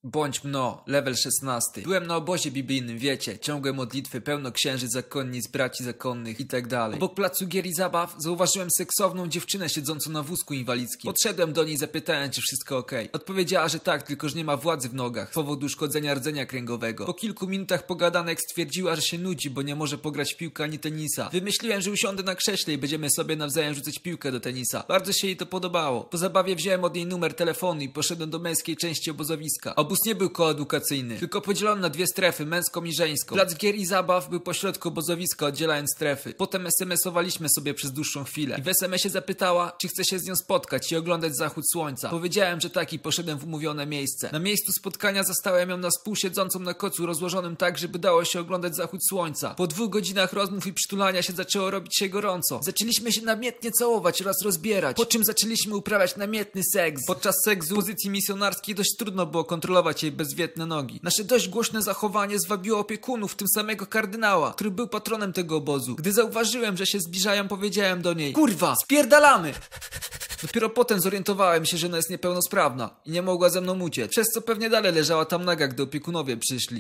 Bądź mno, level 16. Byłem na obozie biblijnym, wiecie, ciągłe modlitwy, pełno księży zakonnic, braci zakonnych i tak dalej. Obok placu gier i zabaw zauważyłem seksowną dziewczynę siedzącą na wózku inwalidzkim. Podszedłem do niej, zapytałem, czy wszystko okej. Odpowiedziała, że tak, tylko że nie ma władzy w nogach z powodu uszkodzenia rdzenia kręgowego. Po kilku minutach pogadanek stwierdziła, że się nudzi, bo nie może pograć w piłkę ani tenisa. Wymyśliłem, że usiądę na krześle i będziemy sobie nawzajem rzucać piłkę do tenisa. Bardzo się jej to podobało. Po zabawie wziąłem od niej numer telefonu i poszedłem do męskiej części obozowiska. Obóz nie był koedukacyjny, tylko podzielony na dwie strefy, męską i żeńską. Plac gier i zabaw był pośrodku obozowiska, oddzielając strefy. Potem SMS-owaliśmy sobie przez dłuższą chwilę. I w SMS-ie zapytała, czy chce się z nią spotkać i oglądać zachód słońca. Powiedziałem, że tak i poszedłem w umówione miejsce. Na miejscu spotkania zastałem ją na spół siedzącą na kocu rozłożonym tak, żeby dało się oglądać zachód słońca. Po 2 godzinach rozmów i przytulania się zaczęło robić się gorąco. Zaczęliśmy się namiętnie całować oraz rozbierać, po czym zaczęliśmy uprawiać namiętny seks. Podczas seksu w pozycji misjonarskiej dość trudno było kontrolować jej bezwiedne nogi. Nasze dość głośne zachowanie zwabiło opiekunów, w tym samego kardynała, który był patronem tego obozu. Gdy zauważyłem, że się zbliżają, powiedziałem do niej: kurwa, spierdalamy! Dopiero potem zorientowałem się, że ona jest niepełnosprawna i nie mogła ze mną uciec, przez co pewnie dalej leżała tam naga, gdy opiekunowie przyszli.